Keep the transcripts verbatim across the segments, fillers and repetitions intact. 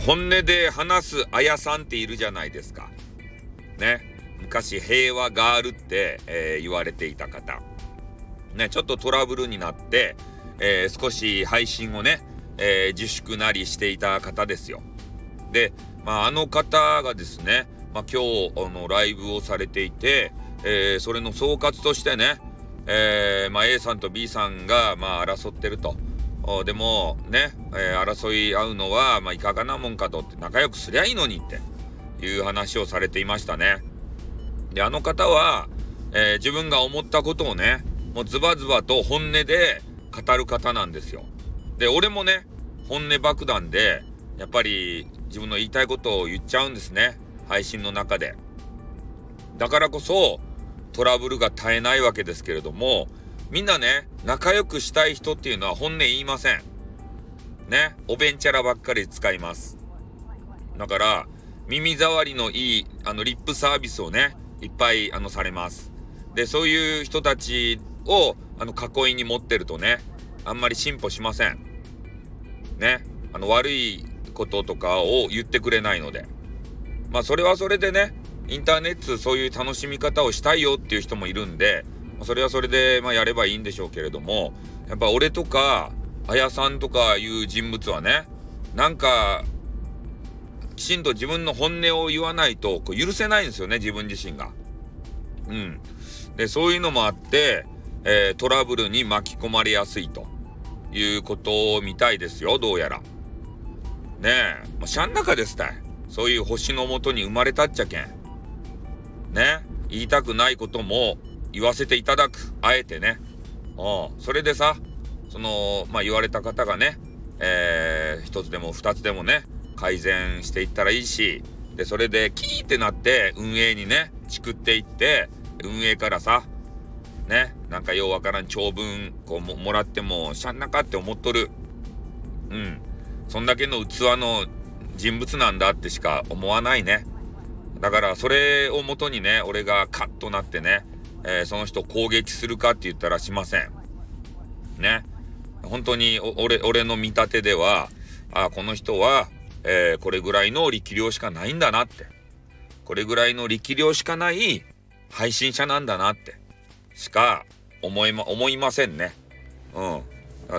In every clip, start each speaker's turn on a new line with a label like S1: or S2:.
S1: 本音で話すあやさんっているじゃないですか。ね。昔平和ガールって、えー、言われていた方。ね、ちょっとトラブルになって、えー、少し配信をね、えー、自粛なりしていた方ですよ。で、まあ、あの方がですね、まあ、今日あのライブをされていて、えー、それの総括としてね、えーまあ、A さんと B さんが、まあ、争ってると。でもね、えー、争い合うのは、まあ、いかがなもんかとって仲良くすりゃいいのにっていう話をされていましたね。で、あの方は、えー、自分が思ったことをね、もうズバズバと本音で語る方なんですよ。で、俺もね、本音爆弾で、やっぱり自分の言いたいことを言っちゃうんですね。配信の中で。だからこそ、トラブルが絶えないわけですけれども、みんなね、仲良くしたい人っていうのは本音言いません。ね、おべんちゃらばっかり使います。だから、耳障りのいい、あの、リップサービスをね、いっぱい、あの、されます。で、そういう人たちを、あの、囲いに持ってるとね、あんまり進歩しません。ね、あの、悪いこととかを言ってくれないので。まあ、それはそれでね、インターネットそういう楽しみ方をしたいよっていう人もいるんで、それはそれで、まあ、やればいいんでしょうけれども、やっぱ俺とか、あやさんとかいう人物はね、なんか、きちんと自分の本音を言わないと、こう許せないんですよね、自分自身が。うん。で、そういうのもあって、えー、トラブルに巻き込まれやすいということみたいですよ、どうやら。ねえ、もうしゃん中ですたい。そういう星のもとに生まれたっちゃけん。ね、言いたくないことも言わせていただく。あえてね。うん。それでさ、その、まあ、言われた方がね、えー、一つでも二つでもね、改善していったらいいし、で、それでキーってなって運営にね、チクっていって、運営からさ、ね、なんかようわからん長文こう も, もらってもしゃんなかって思っとる。うん。そんだけの器の人物なんだってしか思わないね。だからそれをもとにね、俺がカッとなってね、えー、その人を攻撃するかって言ったらしません。ね。本当に俺、俺の見立てでは、あ、この人は、えー、これぐらいの力量しかないんだなって。これぐらいの力量しかない配信者なんだなって。しか思いま、思いませんね。うん。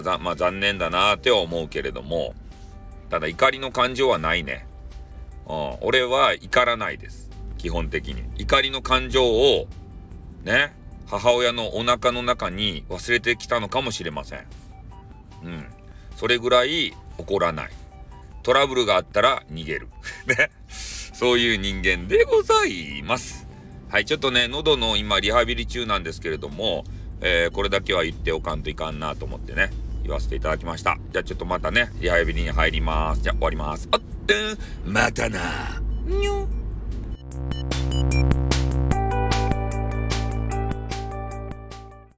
S1: ざまあ残念だなっては思うけれども、ただ怒りの感情はないね。うん。俺は怒らないです。基本的に。怒りの感情を、ね、母親のお腹の中に忘れてきたのかもしれません。うん。それぐらい怒らない。トラブルがあったら逃げる。ね。そういう人間でございます。はい、ちょっとね、喉の今リハビリ中なんですけれども、えー、これだけは言っておかんといかんなと思ってね、言わせていただきました。じゃあちょっとまたね、リハビリに入ります。じゃあ終わります。あってん、またな。にょん。